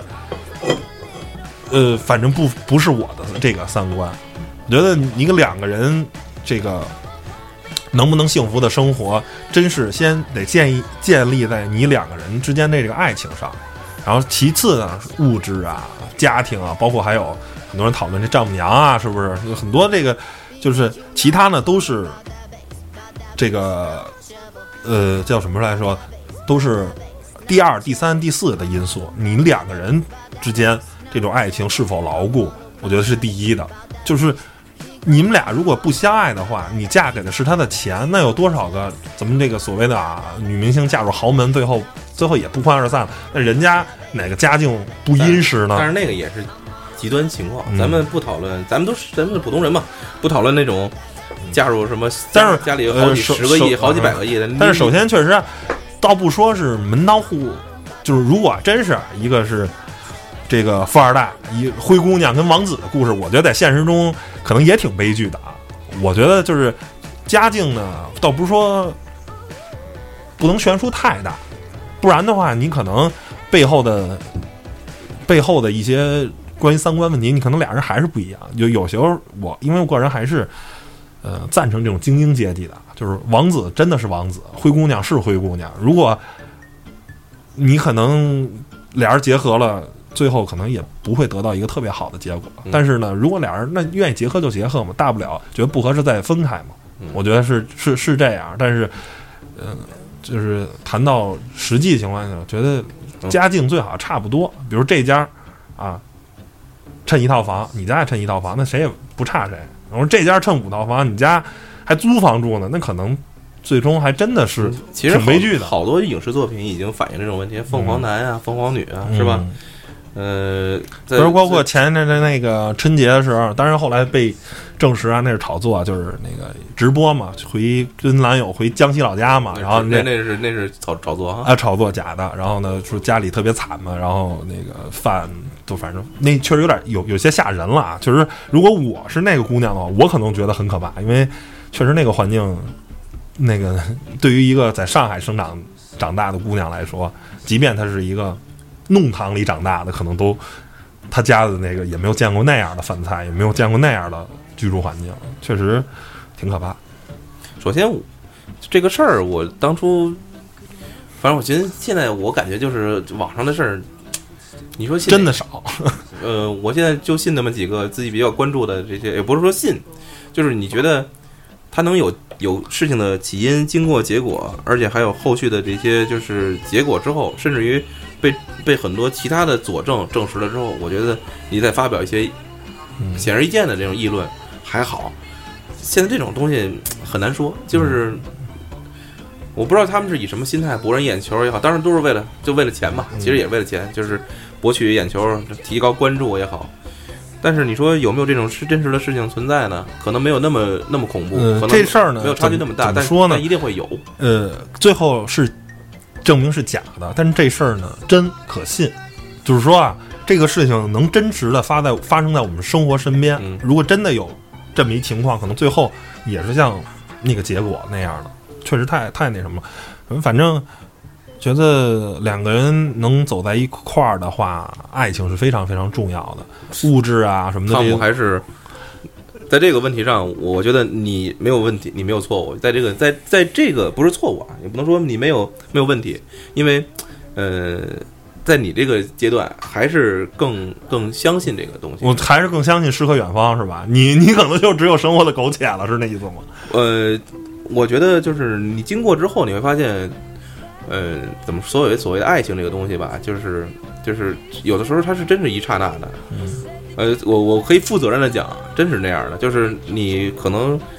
反正不是我的这个三观。我觉得一个2个人这个能不能幸福的生活，真是先得建立在你2个人之间的这个爱情上，然后其次呢，物质啊、家庭啊，包括还有很多人讨论这丈母娘啊，是不是有很多这个，就是其他呢都是这个叫什么来说，都是第2、第3、第4的因素。你2个人之间。这种爱情是否牢固，我觉得是第一的。就是你们俩如果不相爱的话，你嫁给的是他的钱，那有多少个咱们这个所谓的女明星嫁入豪门，最后也不欢而散了？那人家哪个家境不殷实呢？ 但是那个也是极端情况，咱们不讨论，咱们是普通人嘛，不讨论那种嫁入什么， 但是家里有好几10个亿、好几百个亿的。 但是首先确实，倒不说是门当户，就是如果真是一个是。这个富二代灰姑娘跟王子的故事，我觉得在现实中可能也挺悲剧的啊。我觉得就是家境呢，倒不是说不能悬殊太大，不然的话，你可能背后的一些关于三观问题，你可能俩人还是不一样。有时候因为我个人还是赞成这种精英阶级的，就是王子真的是王子，灰姑娘是灰姑娘。如果你可能俩人结合了。最后可能也不会得到一个特别好的结果，但是呢，如果俩人那愿意结合就结合嘛，大不了觉得不合适再分开嘛。我觉得是这样，但是，就是谈到实际情况下，觉得家境最好差不多。比如这家啊，趁1套房，你家也趁1套房，那谁也不差谁。我说这家趁5套房，你家还租房住呢，那可能最终还真的是挺悲剧的。 好多影视作品已经反映这种问题，凤凰男啊、凤凰女啊，是吧？ 比如包括前的那个春节的时候，当然后来被证实啊，那是炒作，就是那个直播嘛，跟男友回江西老家嘛，然后那是炒作啊， 炒作假的，然后呢说家里特别惨嘛，然后那个饭都反正那确实有些吓人了啊。确实，如果我是那个姑娘的话，我可能觉得很可怕，因为确实那个环境，那个对于一个在上海长大的姑娘来说，即便她是一个弄堂里长大的，可能都他家的那个也没有见过那样的饭菜，也没有见过那样的居住环境，确实挺可怕。 首先这个事儿我当初反正我觉得现在我感觉就是网上的事儿，你说真的少我现在就信那么几个自己比较关注的这些，也不是说信，就是你觉得它能有事情的起因、经过、结果，而且还有后续的这些就是结果之后，甚至于被很多其他的佐证证实了之后，我觉得你再发表一些显而易见的这种议论还好。现在这种东西很难说，就是我不知道他们是以什么心态博人眼球也好，当然都是为了钱嘛，其实也是为了钱，就是博取眼球、提高关注也好。但是你说有没有这种真实的事情存在呢？可能没有那么恐怖，可能这事儿呢没有差距那么大，但说呢， 一定会有。 最后是证明是假的，但是这事儿呢真可信，就是说啊，这个事情能真实的发生在我们生活身边。如果真的有这么一情况，可能最后也是像那个结果那样的，确实太那什么了。反正觉得2个人能走在一块儿的话，爱情是非常非常重要的，物质啊什么的。 汤姆还是在这个问题上，我觉得你没有问题，你没有错误。在这个不是错误啊，也不能说你没有问题，因为在你这个阶段还是更相信这个东西。 我还是更相信诗和远方，是吧？你可能就只有生活的苟且了，是那意思吗？ 我觉得就是你经过之后，你会发现。怎么所谓的爱情这个东西吧，就是有的时候它是真是一刹那的。我可以负责任的讲，真是那样的，就是你可能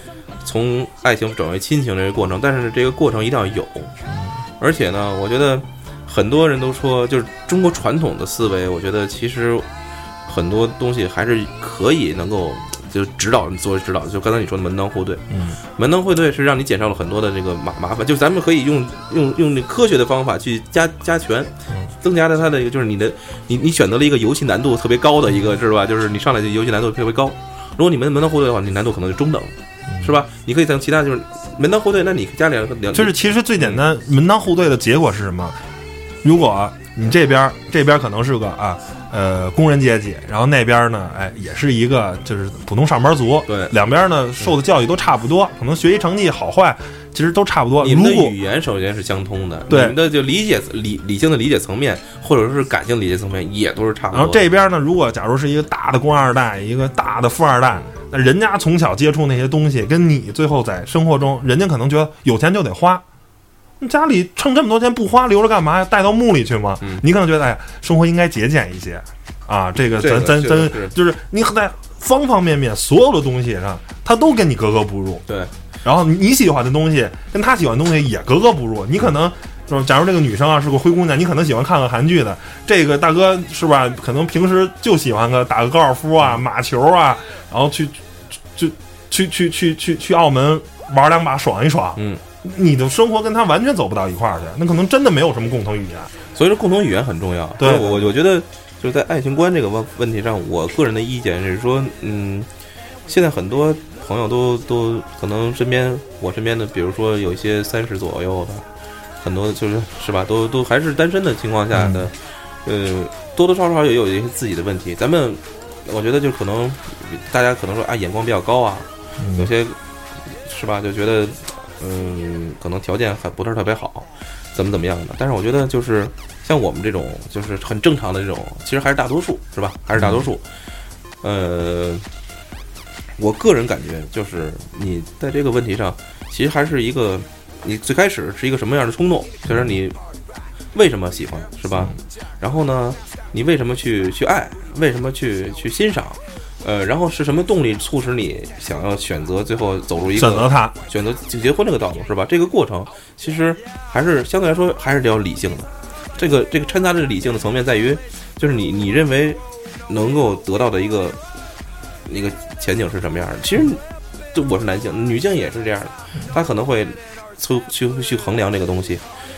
从爱情转为亲情这个过程，但是这个过程一定要有。而且呢，我觉得很多人都说，就是中国传统的思维，我觉得其实很多东西还是可以能够就指导作为指导，就刚才你说的门当户对。门当户对是让你减少了很多的这个麻烦，就咱们可以用那科学的方法去加权，增加了它的一个，就是你选择了一个游戏难度特别高的一个，是吧？就是你上来就游戏难度特别高。如果你门当户对的话，你难度可能就中等，是吧？你可以在其他就是门当户对，那你加两， 就是其实最简单，门当户对的结果是什么？如果你这边可能是个工人阶级，然后那边呢，也是一个就是普通上班族， 对， 两边呢受的教育都差不多，可能学习成绩好坏其实都差不多。 你们的语言首先是相通的， 对， 你们的就理性的理解层面，或者说是感性理解层面也都是差不多。 然后这边呢，如果假如是一个大的官二代，一个大的富二代，那人家从小接触那些东西，跟你最后在生活中，人家可能觉得有钱就得花。家里挣这么多钱不花，留着干嘛呀？带到墓里去吗？你可能觉得，生活应该节俭一些啊。这个咱就是你在方方面面所有的东西上，他都跟你格格不入。 对， 然后你喜欢的东西跟他喜欢的东西也格格不入。你可能假如这个女生是个灰姑娘，你可能喜欢看个韩剧的，这个大哥是吧？可能平时就喜欢打个高尔夫啊、马球啊，然后去澳门玩两把爽一爽。你的生活跟他完全走不到一块儿去，那可能真的没有什么共同语言。 所以说，共同语言很重要。 对， 我觉得就是在爱情观这个问题上，我个人的意见是说，现在很多朋友都可能我身边的，比如说有一些30左右的，很多是吧，都还是单身的情况下的，多多少少也有一些自己的问题。我觉得就可能大家可能说眼光比较高啊，有些是吧，就觉得。可能条件还不是特别好，怎么样的？但是我觉得就是像我们这种就是很正常的这种，其实还是大多数，是吧？还是大多数。我个人感觉就是你在这个问题上，其实还是一个你最开始是一个什么样的冲动，就是你为什么喜欢，是吧？然后呢，你为什么去爱？为什么去欣赏？然后是什么动力促使你想要选择最后走入一个选择结婚这个道路，是吧？这个过程其实还是相对来说还是比较理性的。这个掺杂的理性的层面在于，就是你认为能够得到的一个前景是什么样的？其实，就我是男性，女性也是这样的，她可能会去衡量这个东西。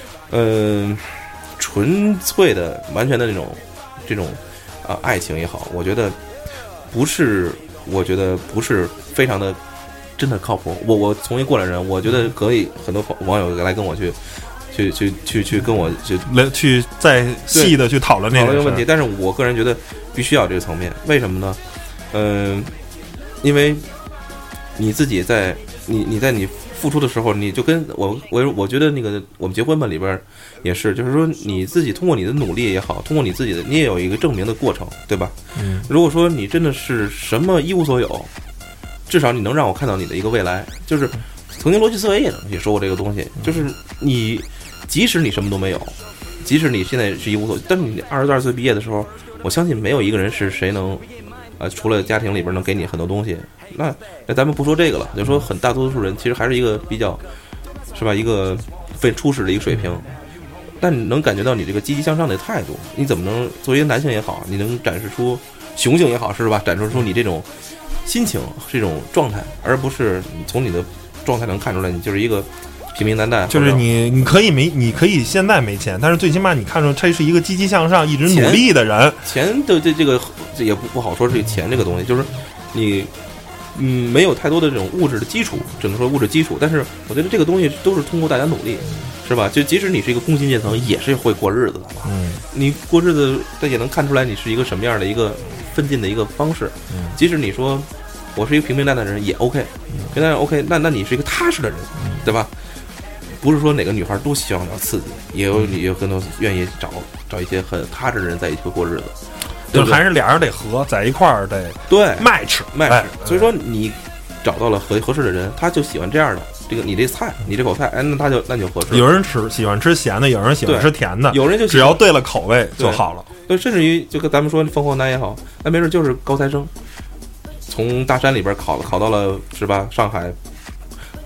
纯粹的、完全的这种爱情也好，我觉得不是非常的真的靠谱。我从一过来人，我觉得可以很多网友来跟我去跟我去再细的去讨论这个问题。但是我个人觉得必须要这个层面，为什么呢？因为你自己在你在你付出的时候，你就跟我觉得那个我们结婚吧里边也是，就是说你自己通过你的努力也好，通过你自己的，你也有一个证明的过程，对吧？如果说你真的是什么一无所有，至少你能让我看到你的一个未来。就是曾经逻辑思维也说过这个东西，就是你即使你什么都没有，即使你现在是一无所有，但是你22岁毕业的时候，我相信没有一个人是谁能除了家庭里边能给你很多东西。那咱们不说这个了，就说很大多数人其实还是一个比较是吧，一个非初始的一个水平，但你能感觉到你这个积极向上的态度。你怎么能作为一个男性也好，你能展示出雄性也好，是吧，展示出你这种心情这种状态，而不是从你的状态能看出来你就是一个平平淡淡。 就是你可以现在没钱，但是最起码你看出这是一个积极向上一直努力的人。 钱的这个也不好说是钱这个东西，就是你没有太多的这种物质的基础，只能说物质基础。但是我觉得这个东西都是通过大家努力，是吧？就即使你是一个工薪阶层，也是会过日子的。你过日子，这也能看出来你是一个什么样的一个奋进的一个方式。即使你说我是一个平平淡淡的人也 OK， 平淡 OK， 那你是一个踏实的人，对吧？不是说哪个女孩都希望要刺激，也有很多愿意找一些很踏实的人在一起过日子。 就还是俩人得合在一块儿，得对 match。 所以说你找到了合适的人，他就喜欢这样的，这个你这菜，你这口菜，那就合适。 有人喜欢吃咸的，有人喜欢吃甜的， 有人就只要对了口味就好了。 对，甚至于就跟咱们说凤凰男也好，那没准就是高材生，从大山里边考到了是吧？上海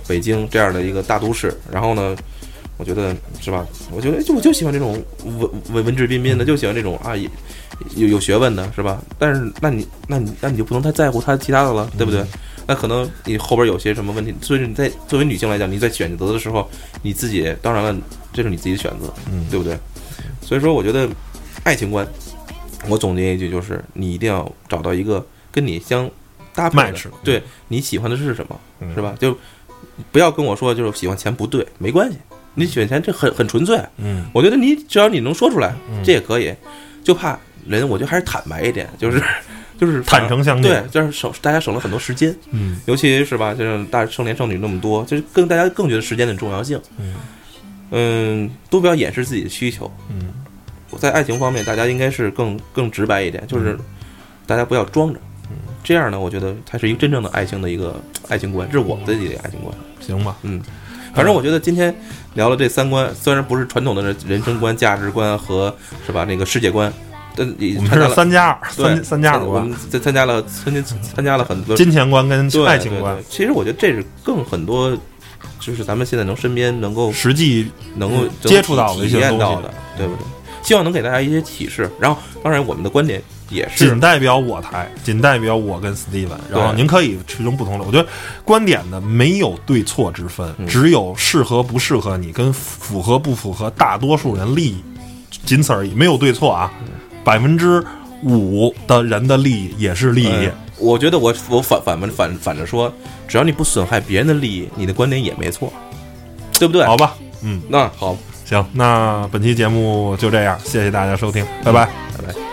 北京这样的一个大都市，然后呢，我觉得是吧？我觉得我就喜欢这种文质彬彬的，就喜欢这种啊有学问的，是吧？但是那你就不能太在乎他其他的了，对不对？那可能你后边有些什么问题，所以你作为女性来讲，你在选择的时候，你自己当然了，这是你自己的选择，对不对？所以说，我觉得爱情观，我总结一句就是，你一定要找到一个跟你相搭配的，对你喜欢的是什么，是吧？就不要跟我说就是喜欢钱不对，没关系，你喜欢钱这很纯粹，我觉得你只要你能说出来，这也可以，就怕人，我觉得还是坦白一点，就是坦诚相对，就是大家省了很多时间，尤其是吧，就是剩男剩女那么多，就是大家更觉得时间的重要性，都不要掩饰自己的需求，在爱情方面，大家应该是更直白一点，就是大家不要装着，这样呢，我觉得它是一个真正的爱情的一个爱情观，这是我自己的爱情观， 行吧， 反正我觉得今天聊了这3观，虽然不是传统的人生观、价值观和是吧那个世界观。 我们是3+2， 我们参加了很多金钱观跟爱情观。 其实我觉得这是很多，就是咱们现在身边能够实际能够接触到的一些东西的，对不对？希望能给大家一些启示。然后，当然我们的观点也是仅代表我台，仅代表我跟 Steven。然后您可以持用不同的，我觉得观点呢没有对错之分，只有适合不适合你，跟符合不符合大多数人利益，仅此而已，没有对错啊。5%的人的利益也是利益， 我觉得我反着说，只要你不损害别人的利益，你的观点也没错，对不对？ 好吧， 那好， 行，那本期节目就这样，谢谢大家收听，拜拜， 拜拜。